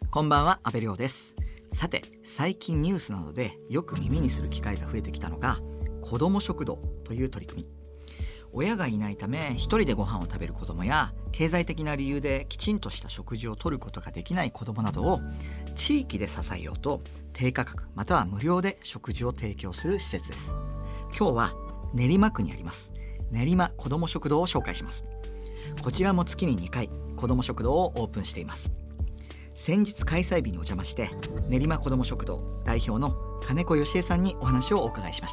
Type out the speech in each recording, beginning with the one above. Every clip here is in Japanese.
こんばんは、阿部亮です。さて、最近ニュースなどでよく耳にする機会が増えてきたのが子ども食堂という取り組み。親がいないため一人でご飯を食べる子どもや経済的な理由できちんとした食事をとることができない子どもなどを地域で支えようと低価格または無料で食事を提供する施設です。今日は練馬区にあります練馬子ども食堂を紹介します。こちらも月に2回子ども食堂をオープンしています。先日開催日にお邪魔して練馬子ども食堂代表の金子義恵さんにお話をお伺いしました。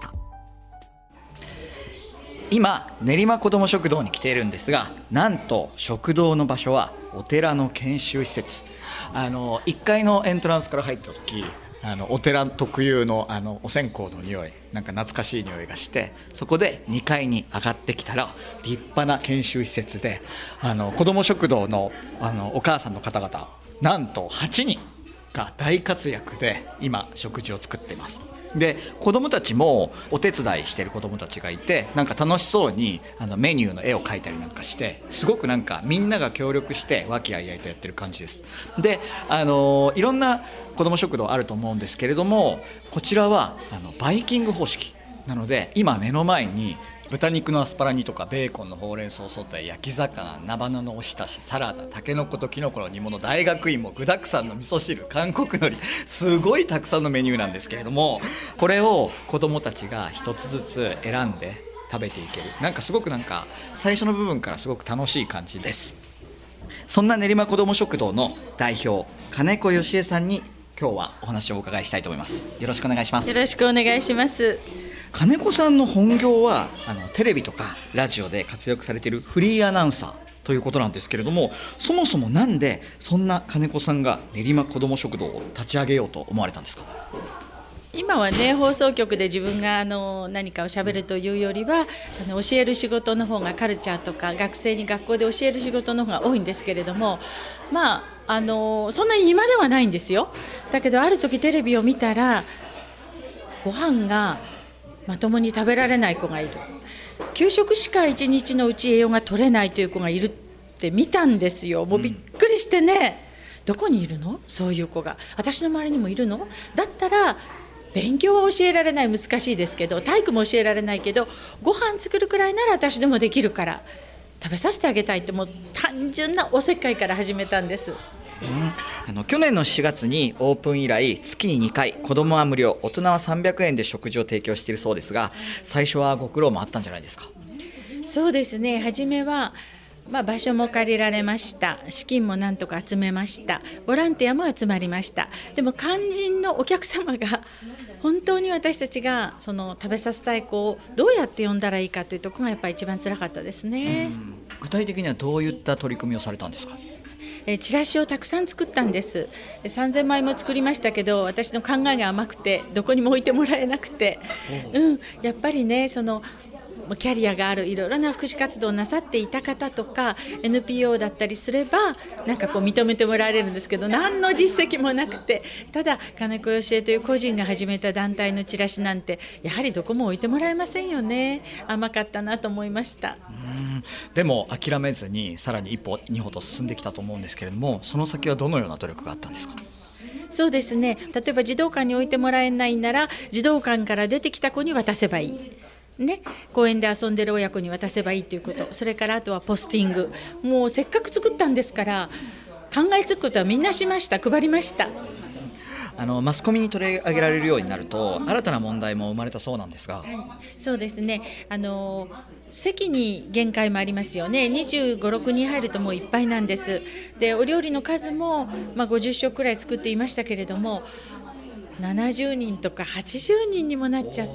今練馬子ども食堂に来ているんですが、なんと食堂の場所はお寺の研修施設。1階のエントランスから入った時、お寺特有のお線香の匂い、なんか懐かしい匂いがして、そこで2階に上がってきたら立派な研修施設で、子ども食堂の、お母さんの方々なんと8人が大活躍で今食事を作っています。で、子どもたちもお手伝いしている子どもたちがいて、なんか楽しそうにメニューの絵を描いたりなんかして、すごくなんかみんなが協力して和気あいあいとやってる感じです。で、いろんな子ども食堂あると思うんですけれども、こちらはバイキング方式なので、今目の前に豚肉のアスパラ煮とかベーコンのほうれん草ソテー、焼き魚、菜花のおひたし、サラダ、たけのこときのこの煮物、大学芋、具だくさんの味噌汁、韓国海苔、すごいたくさんのメニューなんですけれども、これを子どもたちが一つずつ選んで食べていける、なんかすごく最初の部分からすごく楽しい感じです。そんな練馬子ども食堂の代表金子義恵さんに今日はお話をお伺いしたいと思います。よろしくお願いします。 よろしくお願いします。 金子さんの本業はテレビとかラジオで活躍されているフリーアナウンサーということなんですけれども、そもそもなんでそんな金子さんが練馬子ども食堂を立ち上げようと思われたんですか？ 今はね、放送局で自分が何かをしゃべるというよりは教える仕事の方が、カルチャーとか学生に学校で教える仕事の方が多いんですけれども、そんなに今ではないんですよ。だけどある時テレビを見たら、ご飯がまともに食べられない子がいる、給食しか1日のうち栄養が取れないという子がいるって見たんですよ。もうびっくりしてね、どこにいるの、そういう子が私の周りにもいるの。だったら勉強は教えられない、難しいですけど、体育も教えられないけど、ご飯作るくらいなら私でもできるから食べさせてあげたいって、もう単純なおせっかいから始めたんです。 去年の4月にオープン以来、月に2回子どもは無料、大人は300円で食事を提供しているそうですが、最初はご苦労もあったんじゃないですか？ そうですね、初めは場所も借りられました。資金もなんとか集めました。ボランティアも集まりました。でも肝心のお客様が本当に私たちが食べさせたい子をどうやって呼んだらいいかというところがやっぱり一番辛かったですね。 具体的にはどういった取り組みをされたんですか？ チラシをたくさん作ったんです。3000枚も作りましたけど、私の考えが甘くてどこにも置いてもらえなくて、やっぱりね、キャリアがあるいろいろな福祉活動をなさっていた方とか NPO だったりすれば認めてもらえるんですけど、何の実績もなくて、ただ金子義恵という個人が始めた団体のチラシなんてやはりどこも置いてもらえませんよね。甘かったなと思いました。 でも諦めずにさらに一歩二歩と進んできたと思うんですけれども、その先はどのような努力があったんですか？ そうですね、例えば児童館に置いてもらえないなら児童館から出てきた子に渡せばいいね、公園で遊んでる親子に渡せばいいということ、それからあとはポスティング、もうせっかく作ったんですから考えつくことはみんなしました。配りました。 マスコミに取り上げられるようになると新たな問題も生まれたそうなんですが、 そうですね、席に限界もありますよね。25、6人入るともういっぱいなんです。で、お料理の数も、50食くらい作っていましたけれども、70人とか80人にもなっちゃって、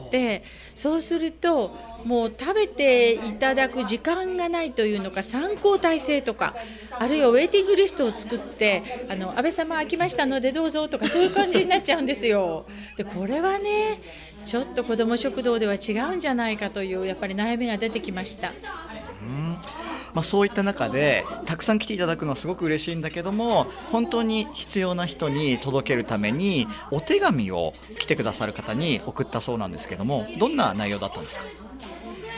そうするともう食べていただく時間がないというのか、3交代制とか、あるいはウェイティングリストを作って安倍様空きましたのでどうぞとか、そういう感じになっちゃうんですよ。で、これはね、ちょっと子ども食堂では違うんじゃないかというやっぱり悩みが出てきました。 そういった中でたくさん来ていただくのはすごく嬉しいんだけども、本当に必要な人に届けるためにお手紙を来てくださる方に送ったそうなんですけども、どんな内容だったんですか？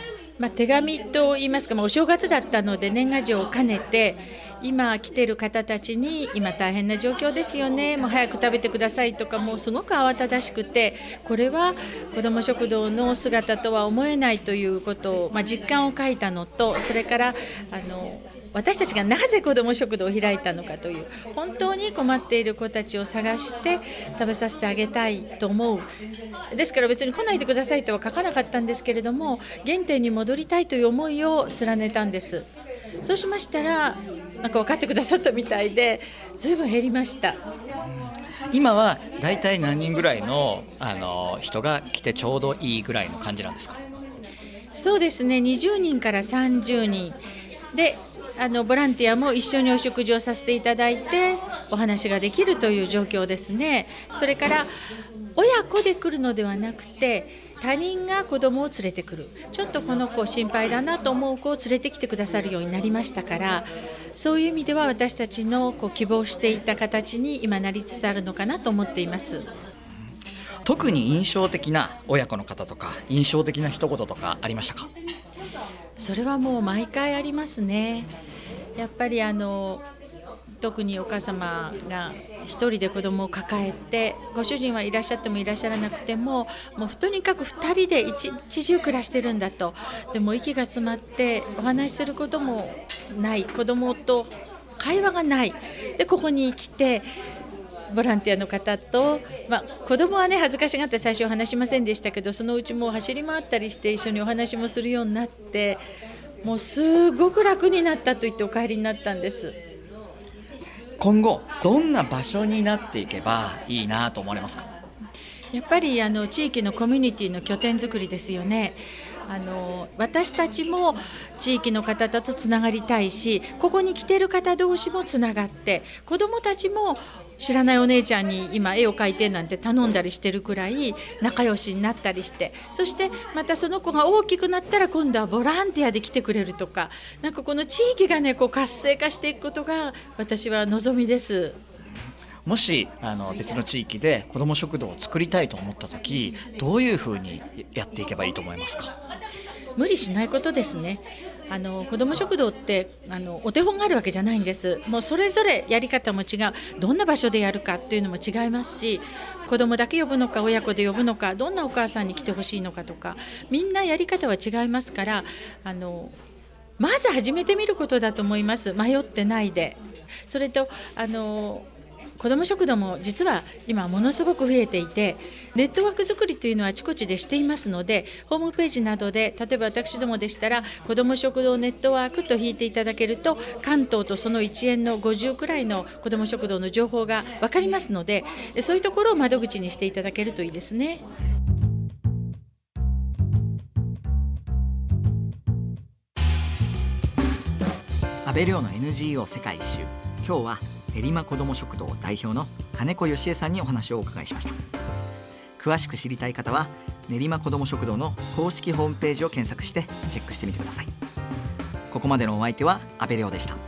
手紙といいますか、お正月だったので年賀状を兼ねて、今来てる方たちに今大変な状況ですよね、もう早く食べてくださいとか、もうすごく慌ただしくて、これは子ども食堂の姿とは思えないということを、実感を書いたのと、それから私たちがなぜ子ども食堂を開いたのかという、本当に困っている子たちを探して食べさせてあげたいと思う。ですから別に来ないでくださいとは書かなかったんですけれども、原点に戻りたいという思いを連ねたんです。そうしましたら分かってくださったみたいで、ずいぶん減りました。 今はだいたい何人ぐらいの、人が来てちょうどいいぐらいの感じなんですか？ そうですね、20人から30人で、ボランティアも一緒にお食事をさせていただいてお話ができるという状況ですね。それから親子で来るのではなくて、他人が子供を連れてくる、ちょっとこの子心配だなと思う子を連れてきてくださるようになりましたから、そういう意味では私たちの希望していた形に今なりつつあるのかなと思っています。 特に印象的な親子の方とか、印象的な一言とかありましたか？ それはもう毎回ありますね。やっぱり特にお母様が一人で子供を抱えて、ご主人はいらっしゃってもいらっしゃらなくても、もうとにかく2人で一日中暮らしてるんだと。でも息が詰まってお話しすることもない、子供と会話がない。でここに来てボランティアの方と、子供はね恥ずかしがって最初話しませんでしたけど、そのうちもう走り回ったりして一緒にお話もするようになって、もうすごく楽になったと言ってお帰りになったんです。 今後どんな場所になっていけばいいなと思われますか？ やっぱり地域のコミュニティの拠点作りですよね。私たちも地域の方とつながりたいし、ここに来ている方同士もつながって、子どもたちも知らないお姉ちゃんに今絵を描いてなんて頼んだりしてるくらい仲良しになったりして、そしてまたその子が大きくなったら今度はボランティアで来てくれるとか、この地域がね活性化していくことが私は望みです。 もし別の地域で子ども食堂を作りたいと思ったとき、どういうふうにやっていけばいいと思いますか？ 無理しないことですね。子ども食堂ってお手本があるわけじゃないんです。もうそれぞれやり方も違う、どんな場所でやるかっていうのも違いますし、子どもだけ呼ぶのか親子で呼ぶのか、どんなお母さんに来てほしいのかとか、みんなやり方は違いますから、まず始めてみることだと思います。迷ってないで。それと子ども食堂も実は今ものすごく増えていて、ネットワーク作りというのはあちこちでしていますので、ホームページなどで例えば私どもでしたら子ども食堂ネットワークと引いていただけると、関東とその一円の50くらいの子ども食堂の情報が分かりますので、そういうところを窓口にしていただけるといいですね。 安倍亮の NGO 世界一周、今日は練馬子ども食堂代表の金子義恵さんにお話をお伺いしました。詳しく知りたい方は練馬子ども食堂の公式ホームページを検索してチェックしてみてください。ここまでのお相手は安倍亮でした。